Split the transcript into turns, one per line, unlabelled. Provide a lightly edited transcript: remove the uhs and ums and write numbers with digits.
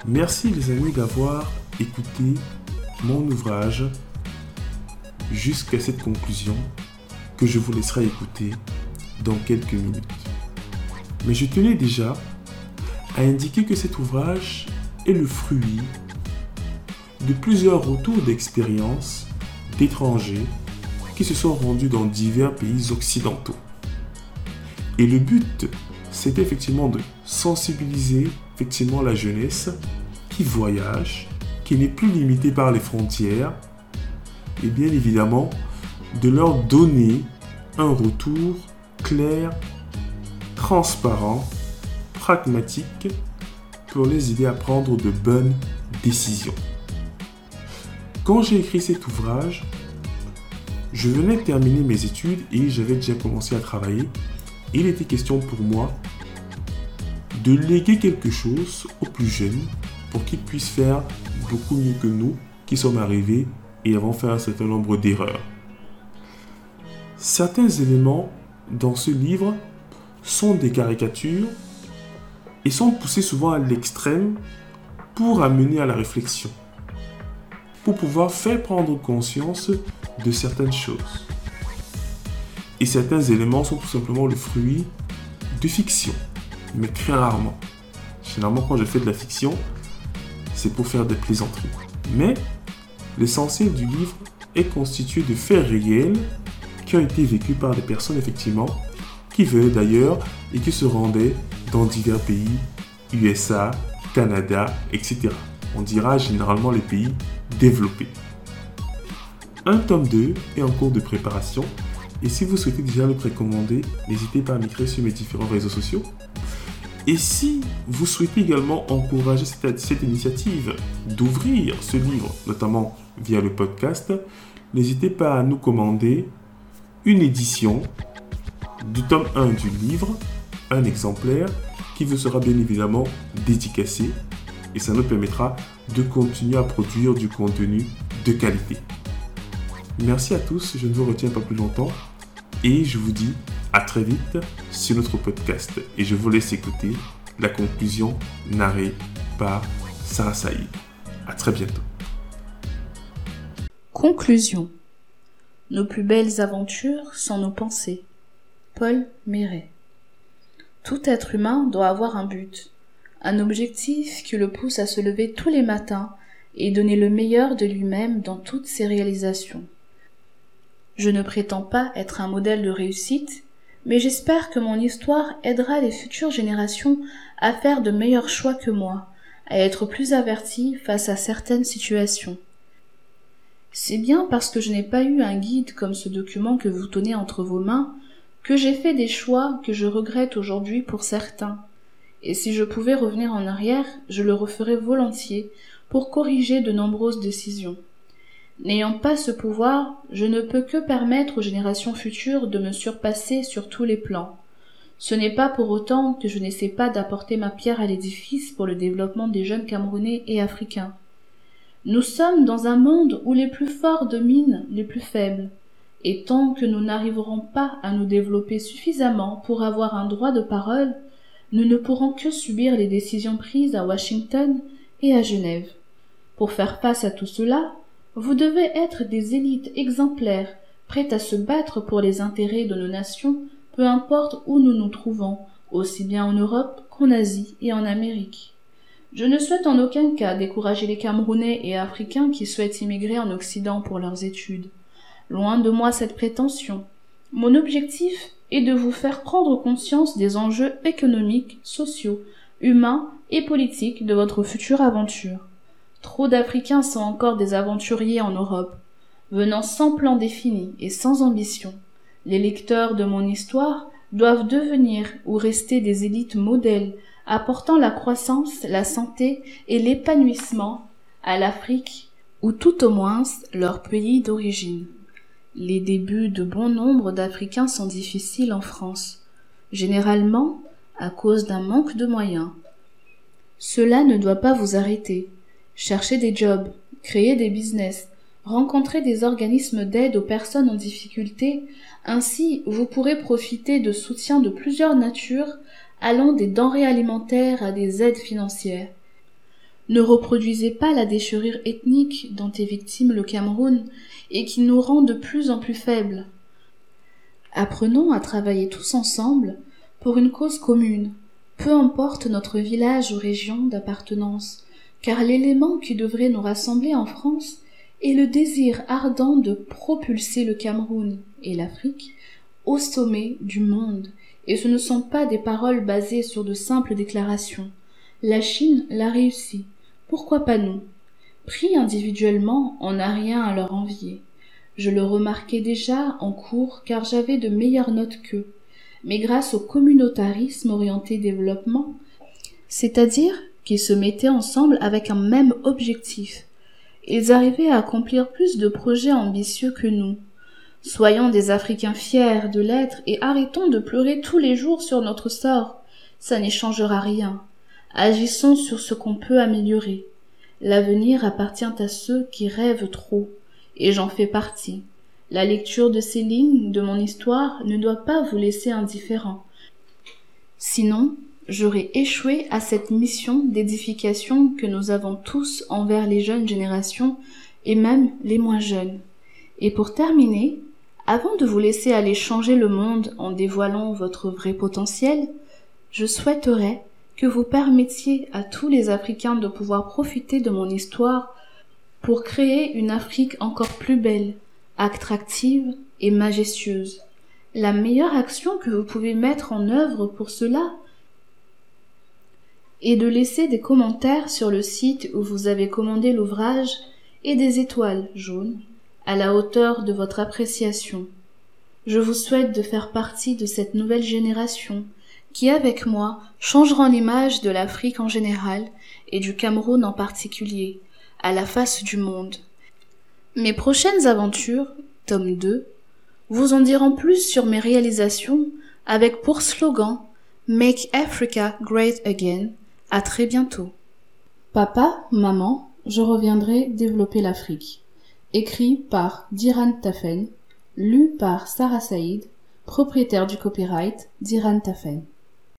Merci les amis d'avoir écouté mon ouvrage jusqu'à cette conclusion que je vous laisserai écouter dans quelques minutes. Mais je tenais déjà à indiquer que cet ouvrage est le fruit de plusieurs retours d'expérience d'étrangers qui se sont rendus dans divers pays occidentaux. Et le but, c'est effectivement de sensibiliser la jeunesse qui voyage, qui n'est plus limitée par les frontières, et bien évidemment de leur donner un retour clair, transparent, pragmatique pour les aider à prendre de bonnes décisions. Quand j'ai écrit cet ouvrage, je venais de terminer mes études et j'avais déjà commencé à travailler. Il était question pour moi de léguer quelque chose aux plus jeunes pour qu'ils puissent faire beaucoup mieux que nous qui sommes arrivés et avons fait un certain nombre d'erreurs. Certains éléments dans ce livre sont des caricatures et sont poussés souvent à l'extrême pour amener à la réflexion, pour pouvoir faire prendre conscience de certaines choses. Et certains éléments sont tout simplement le fruit de fiction, mais très rarement. Généralement, quand je fais de la fiction, c'est pour faire des plaisanteries. Mais l'essentiel du livre est constitué de faits réels qui ont été vécus par des personnes, effectivement, qui venaient d'ailleurs et qui se rendaient dans divers pays, USA, Canada, etc. On dira généralement les pays développés. Un tome 2 est en cours de préparation et si vous souhaitez déjà le précommander, n'hésitez pas à m'écrire sur mes différents réseaux sociaux. Et si vous souhaitez également encourager cette initiative d'ouvrir ce livre, notamment via le podcast, n'hésitez pas à nous commander une édition du tome 1 du livre, un exemplaire, qui vous sera bien évidemment dédicacé et ça nous permettra de continuer à produire du contenu de qualité. Merci à tous, je ne vous retiens pas plus longtemps et je vous dis à très vite sur notre podcast et je vous laisse écouter la conclusion narrée par Sarah Saïd. À très bientôt.
Conclusion. Nos plus belles aventures sont nos pensées. Paul Méret. Tout être humain doit avoir un but, un objectif qui le pousse à se lever tous les matins et donner le meilleur de lui-même dans toutes ses réalisations. Je ne prétends pas être un modèle de réussite, mais j'espère que mon histoire aidera les futures générations à faire de meilleurs choix que moi, à être plus averties face à certaines situations. C'est bien parce que je n'ai pas eu un guide comme ce document que vous tenez entre vos mains que j'ai fait des choix que je regrette aujourd'hui pour certains. Et si je pouvais revenir en arrière, je le referais volontiers pour corriger de nombreuses décisions. N'ayant pas ce pouvoir, je ne peux que permettre aux générations futures de me surpasser sur tous les plans. Ce n'est pas pour autant que je n'essaie pas d'apporter ma pierre à l'édifice pour le développement des jeunes Camerounais et Africains. Nous sommes dans un monde où les plus forts dominent les plus faibles. Et tant que nous n'arriverons pas à nous développer suffisamment pour avoir un droit de parole, nous ne pourrons que subir les décisions prises à Washington et à Genève. Pour faire face à tout cela, vous devez être des élites exemplaires, prêtes à se battre pour les intérêts de nos nations, peu importe où nous nous trouvons, aussi bien en Europe qu'en Asie et en Amérique. Je ne souhaite en aucun cas décourager les Camerounais et Africains qui souhaitent immigrer en Occident pour leurs études. Loin de moi cette prétention. Mon objectif est de vous faire prendre conscience des enjeux économiques, sociaux, humains et politiques de votre future aventure. Trop d'Africains sont encore des aventuriers en Europe, venant sans plan défini et sans ambition. Les lecteurs de mon histoire doivent devenir ou rester des élites modèles, apportant la croissance, la santé et l'épanouissement à l'Afrique ou tout au moins leur pays d'origine. Les débuts de bon nombre d'Africains sont difficiles en France, généralement à cause d'un manque de moyens. Cela ne doit pas vous arrêter. Cherchez des jobs, créez des business, rencontrez des organismes d'aide aux personnes en difficulté, ainsi vous pourrez profiter de soutiens de plusieurs natures, allant des denrées alimentaires à des aides financières. Ne reproduisez pas la déchirure ethnique dont est victime le Cameroun et qui nous rend de plus en plus faibles. Apprenons à travailler tous ensemble pour une cause commune, peu importe notre village ou région d'appartenance, car l'élément qui devrait nous rassembler en France est le désir ardent de propulser le Cameroun et l'Afrique au sommet du monde, et ce ne sont pas des paroles basées sur de simples déclarations. La Chine l'a réussi, pourquoi pas nous? Pris individuellement, on n'a rien à leur envier. Je le remarquais déjà en cours car j'avais de meilleures notes qu'eux, mais grâce au communautarisme orienté développement, c'est-à-dire qu'ils se mettaient ensemble avec un même objectif, ils arrivaient à accomplir plus de projets ambitieux que nous. Soyons des Africains fiers de l'être et arrêtons de pleurer tous les jours sur notre sort. Ça n'y changera rien. Agissons sur ce qu'on peut améliorer. L'avenir appartient à ceux qui rêvent trop, et j'en fais partie. La lecture de ces lignes de mon histoire ne doit pas vous laisser indifférent. Sinon, j'aurais échoué à cette mission d'édification que nous avons tous envers les jeunes générations et même les moins jeunes. Et pour terminer, avant de vous laisser aller changer le monde en dévoilant votre vrai potentiel, je souhaiterais que vous permettiez à tous les Africains de pouvoir profiter de mon histoire pour créer une Afrique encore plus belle, attractive et majestueuse. La meilleure action que vous pouvez mettre en œuvre pour cela est de laisser des commentaires sur le site où vous avez commandé l'ouvrage et des étoiles jaunes à la hauteur de votre appréciation. Je vous souhaite de faire partie de cette nouvelle génération qui, avec moi, changera l'image de l'Afrique en général et du Cameroun en particulier, à la face du monde. Mes prochaines aventures, tome 2, vous en diront plus sur mes réalisations avec pour slogan « Make Africa Great Again ». À très bientôt. Papa, maman, je reviendrai développer l'Afrique. Écrit par Diran Tafen, lu par Sarah Saïd, propriétaire du copyright Diran Tafen.